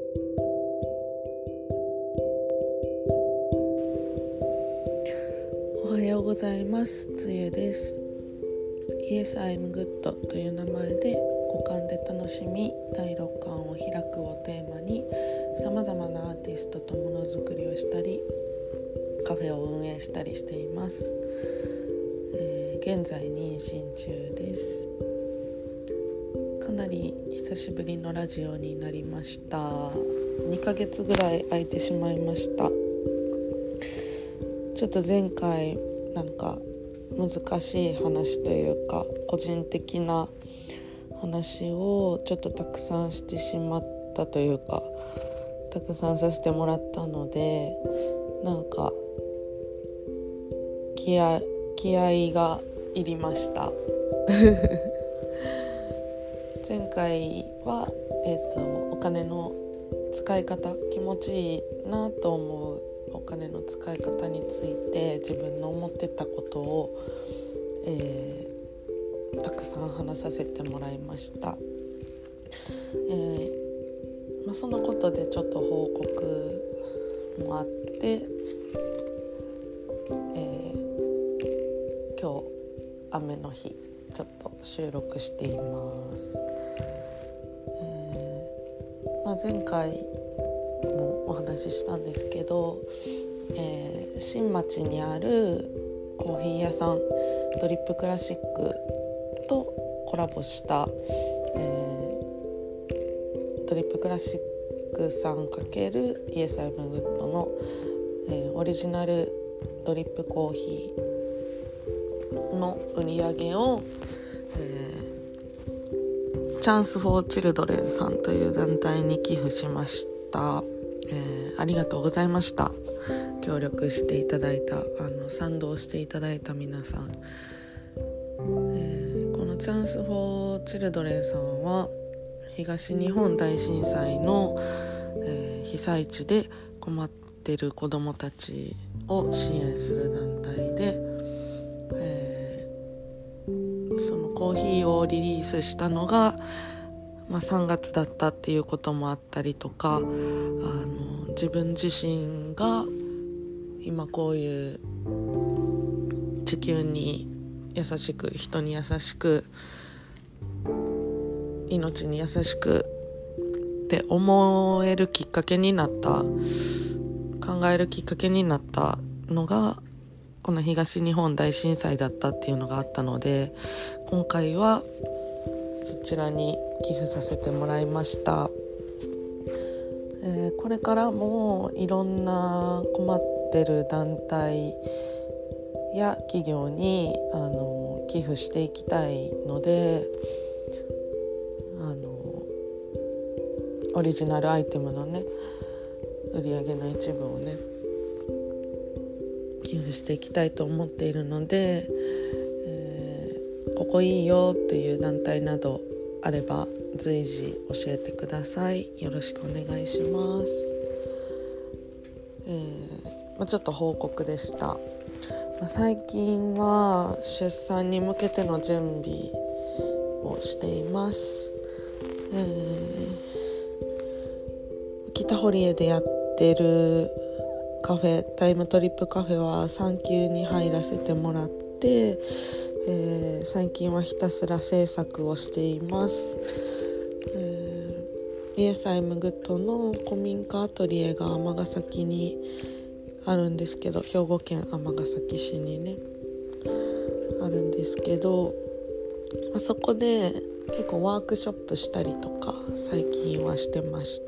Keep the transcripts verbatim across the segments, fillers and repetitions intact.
おはようございます。つゆです。 Yes, I'm good という名前で五感で楽しみ第六感を開くをテーマにさまざまなアーティストとものづくりをしたりカフェを運営したりしています。えー、現在妊娠中です。かなり久しぶりのラジオになりました。にかげつぐらい空いてしまいました。ちょっと前回なんか難しい話というか個人的な話をちょっとたくさんしてしまったというかたくさんさせてもらったのでなんか気合、気合がいりました前回は、えーと、お金の使い方気持ちいいなと思うお金の使い方について自分の思ってたことを、えー、たくさん話させてもらいました、えーまあ、そのことでちょっと報告もあって、えー、今日雨の日ちょっと収録しています、えーまあ、前回もお話ししたんですけど、えー、新町にあるコーヒー屋さんドリップクラシックとコラボした、えー、ドリップクラシックさん×イエスアイムグッドの、えー、オリジナルドリップコーヒーの売り上げを、えー、チャンスフォーチルドレンさんという団体に寄付しました。えー、ありがとうございました。協力していただいたあの賛同していただいた皆さん、えー、このチャンスフォーチルドレンさんは東日本大震災の、えー、被災地で困っている子どもたちを支援する団体で、えー、そのコーヒーをリリースしたのがまあ、さんがつだったっていうこともあったりとかあの自分自身が今こういう地球に優しく人に優しく命に優しくって思えるきっかけになった考えるきっかけになったのがこの東日本大震災だったっていうのがあったので今回はそちらに寄付させてもらいました、えー、これからもいろんな困ってる団体や企業にあの寄付していきたいのであのオリジナルアイテムのね売り上げの一部をね寄付していきたいと思っているのでここいいよっていう団体などあれば随時教えてください。よろしくお願いします。えーまあ、ちょっと報告でした。まあ、最近は出産に向けての準備をしています。えー、北堀江でやってるカフェタイムトリップカフェは産休に入らせてもらってえー、最近はひたすら制作をしています、えー、イエスアイムグッドの古民家アトリエが尼崎にあるんですけど兵庫県尼崎市にねあるんですけどあそこで結構ワークショップしたりとか最近はしてました、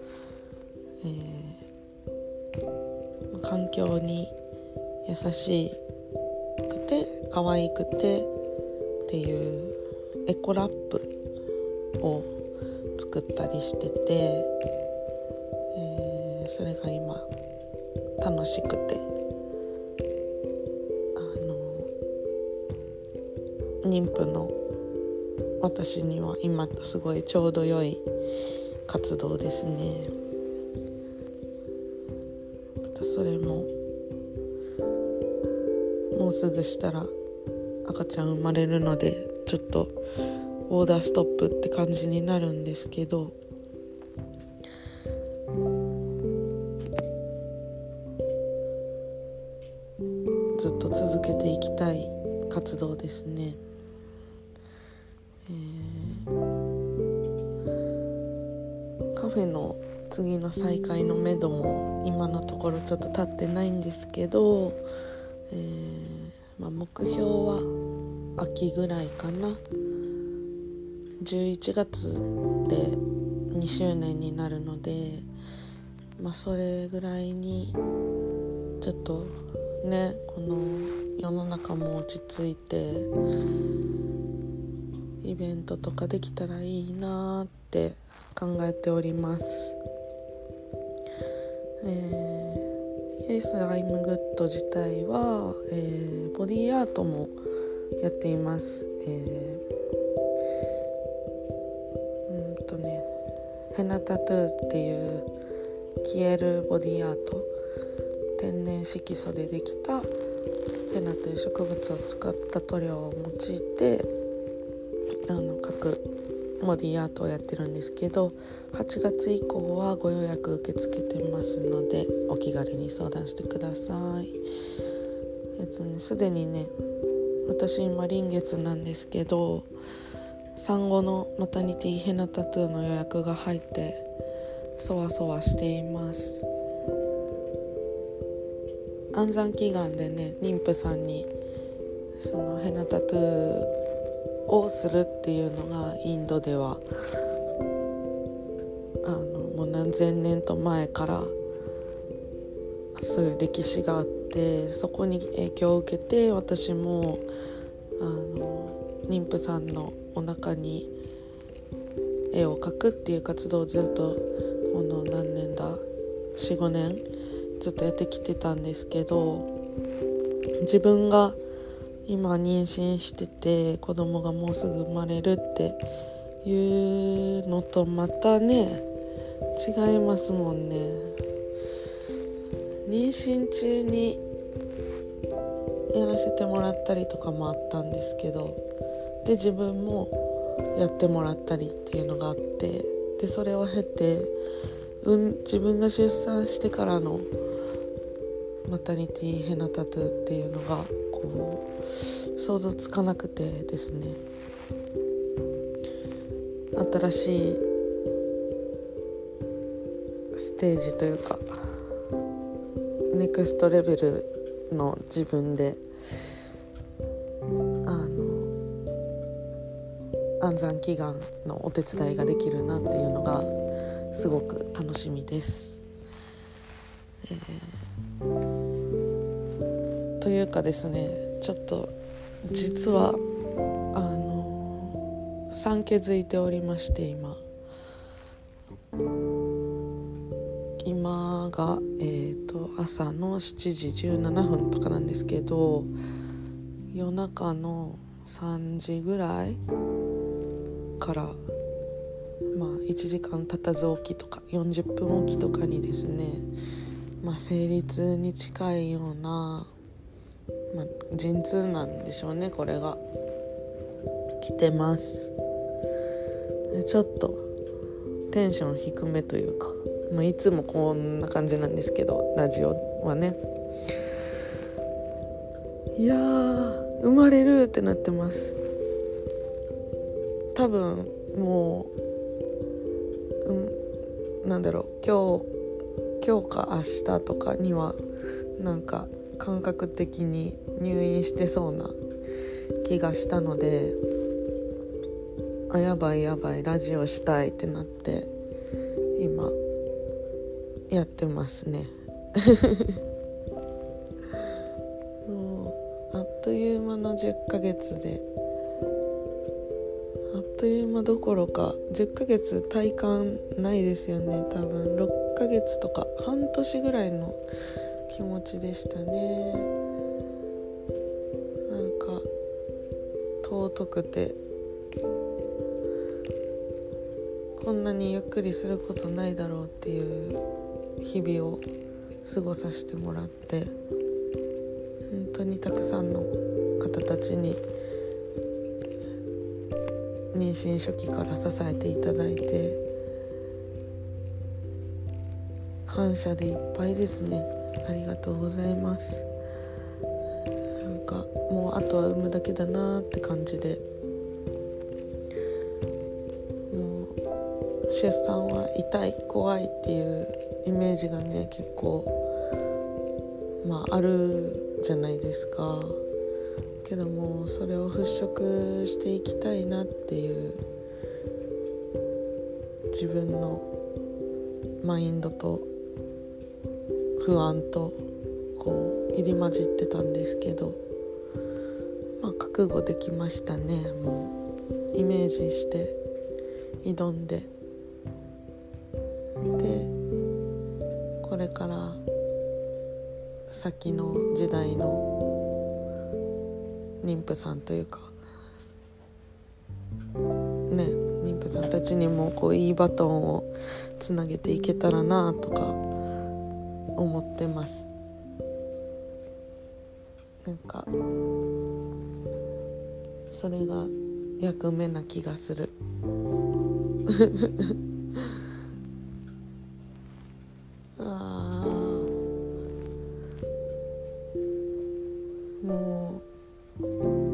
えー、環境に優しい可愛くてっていうエコラップを作ったりしてて、えー、それが今楽しくてあの妊婦の私には今すごいちょうど良い活動ですね。またそれももうすぐしたら赤ちゃん生まれるのでちょっとオーダーストップって感じになるんですけど、 続けていきたい活動ですね。えー、カフェの次の再開のめども今のところちょっと立ってないんですけど、えーまあ、目標は秋ぐらいかな。じゅういちがつでにしゅうねんになるので、まあ、それぐらいにちょっとね、この世の中も落ち着いてイベントとかできたらいいなって考えております。えー、Yes, I'm Good 自体は、えー、ボディーアートもやっています。えー、うんとねヘナタトゥーっていう消えるボディーアート、天然色素でできたヘナという植物を使った塗料を用いてあの各ボディアートをやってるんですけど、はちがつ以降はご予約受け付けてますのでお気軽に相談してください。えっとねすでにね、私今臨月なんですけど、産後のマタニティヘナタトゥーの予約が入ってそわそわしています。安産祈願でね、妊婦さんにそのヘナタトゥーをするっていうのがインドではあのもう何千年と前からそういう歴史があって、そこに影響を受けて私もあの妊婦さんのお腹に絵を描くっていう活動をずっとこの何年だ よん,ご 年ずっとやってきてたんですけど、自分が今妊娠してて子供がもうすぐ生まれるっていうのとまたね違いますもんね。妊娠中にやらせてもらったりとかもあったんですけど、で自分もやってもらったりっていうのがあって、でそれを経て、うん、自分が出産してからのマタニティヘナタトゥーっていうのがこう想像つかなくてですね、新しいステージというかネクストレベルの自分であの安産祈願のお手伝いができるなっていうのがすごく楽しみです。えー、というかですね、ちょっと実はあの産気づいておりまして、今今が、えーと、朝のしちじじゅうななふんとかなんですけど、夜中のさんじぐらいからまあいちじかん経たず起きとかよんじゅっぷん起きとかにですね、まあ、生理痛に近いような、まあ、陣痛なんでしょうね、これが来てます。ちょっとテンション低めというか、まあ、いつもこんな感じなんですけど、ラジオはね、いやー生まれるってなってます。多分もう、うん、なんだろう今日今日か明日とかにはなんか感覚的に入院してそうな気がしたので、あやばいやばいラジオしたいってなって今やってますねもうあっという間のじゅっかげつで、あっという間どころかじゅっかげつ体感ないですよね。多分ろっかげつとか半年ぐらいの気持ちでしたね。なんか尊くて、こんなにゆっくりすることないだろうっていう日々を過ごさせてもらって、本当にたくさんの方たちに妊娠初期から支えていただいて感謝でいっぱいですね。ありがとうございます。 もうあとは産むだけだなって感じで、もう出産は痛い怖いっていうイメージがね結構まああるじゃないですか。けどもそれを払拭していきたいなっていう自分のマインドと不安とこう入り混じってたんですけど、まあ覚悟できましたね。もうイメージして挑んで、でこれから先の時代の妊婦さんというかね、妊婦さんたちにもこういいバトンをつなげていけたらなとか思ってます。なんかそれが役目な気がするあもう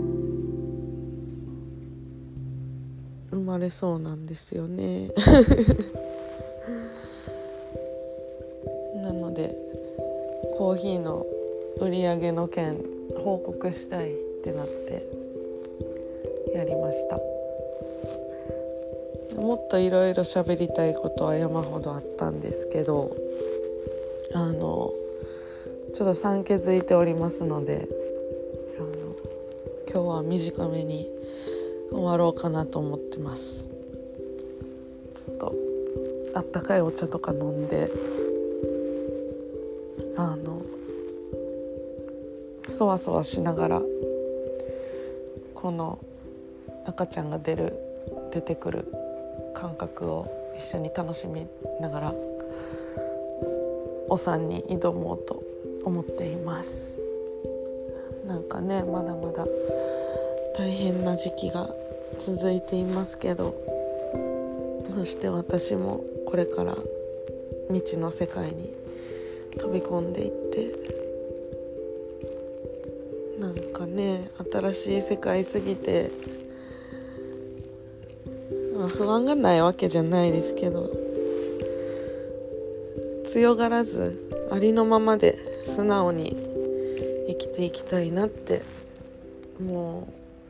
生まれそうなんですよねなのでコーヒーの売り上げの件報告したいってなってやりました。もっといろいろ喋りたいことは山ほどあったんですけど、あのちょっと産気づいておりますので、あの今日は短めに終わろうかなと思ってます。ちょっとあったかいお茶とか飲んで、あのそわそわしながらこの赤ちゃんが出る出てくる感覚を一緒に楽しみながらお産に挑もうと思っています。なんかねまだまだ大変な時期が続いていますけど、そして私もこれから未知の世界に飛び込んでいって、なんかね新しい世界すぎて、まあ、不安がないわけじゃないですけど、強がらずありのままで素直に生きていきたいなっても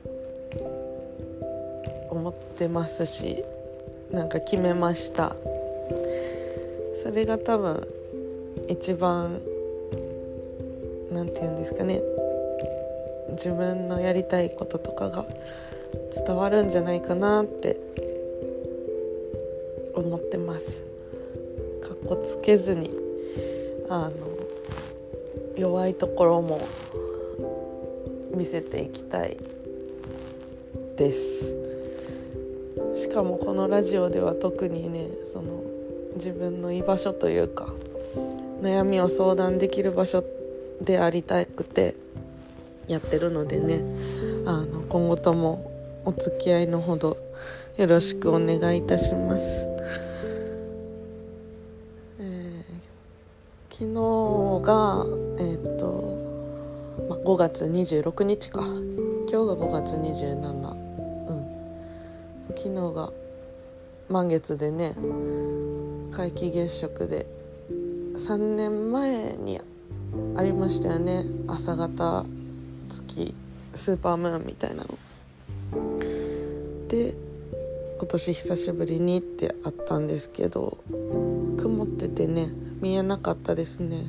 う思ってますし、なんか決めました。それが多分一番なんていうんですかね、自分のやりたいこととかが伝わるんじゃないかなって思ってます。かっこつけずにあの弱いところも見せていきたいです。しかもこのラジオでは特にね、その自分の居場所というか悩みを相談できる場所でありたくてやってるのでね、あの今後ともお付き合いのほどよろしくお願いいたします。えー、昨日がえー、っと、ま、ごがつにじゅうろくにちか、今日がごがつにじゅうしち、うん、昨日が満月でね、皆既月食でさんねんまえにありましたよね、朝方月スーパームーンみたいなので、今年久しぶりにってあったんですけど、曇っててね見えなかったですね。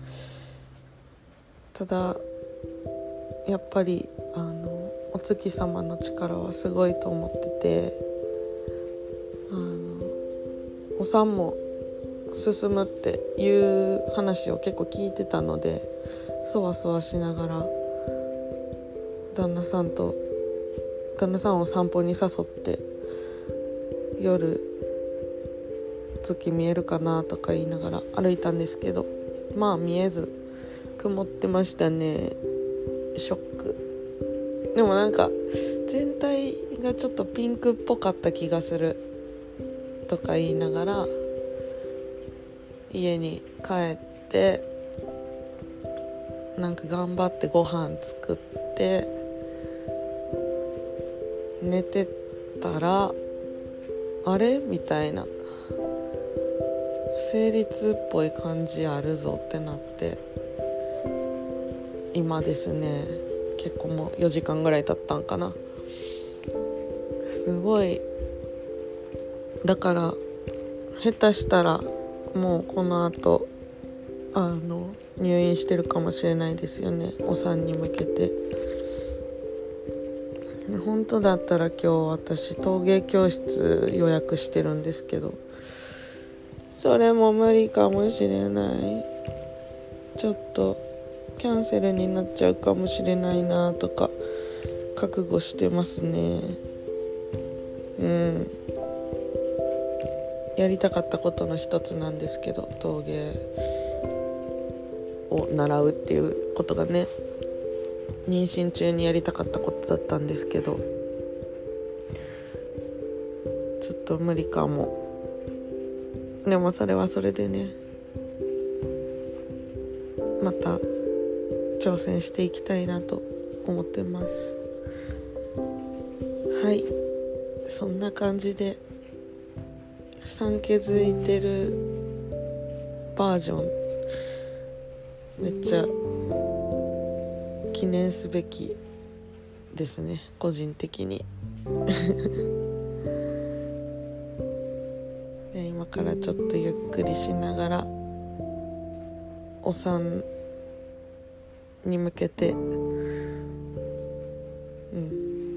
ただやっぱりあのお月様の力はすごいと思ってて、あのお産も進むっていう話を結構聞いてたので、そわそわしながら旦那さんと旦那さんを散歩に誘って夜月見えるかなとか言いながら歩いたんですけど、まあ見えず曇ってましたね。ショック。でもなんか全体がちょっとピンクっぽかった気がするとか言いながら家に帰ってなんか頑張ってご飯作って寝てたらあれみたいな、生理痛っぽい感じあるぞってなって、今ですね結構もうよじかんぐらい経ったんかな。すごいだから下手したらもうこの後あの入院してるかもしれないですよね、お産に向けて。本当だったら今日私陶芸教室予約してるんですけど、それも無理かもしれない。ちょっとキャンセルになっちゃうかもしれないなとか覚悟してますね。うんやりたかったことの一つなんですけど、陶芸を習うっていうことがね、妊娠中にやりたかったことだったんですけど、ちょっと無理かも。でもそれはそれでね、また挑戦していきたいなと思ってます。はい、そんな感じで産気づいてるバージョンめっちゃ記念すべきですね、個人的にで今からちょっとゆっくりしながらお産に向けて、うん、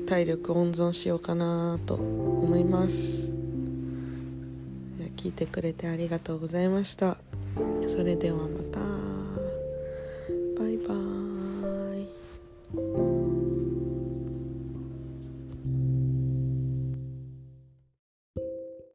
体力温存しようかなと思います。聞いてくれてありがとうございました。それではまた。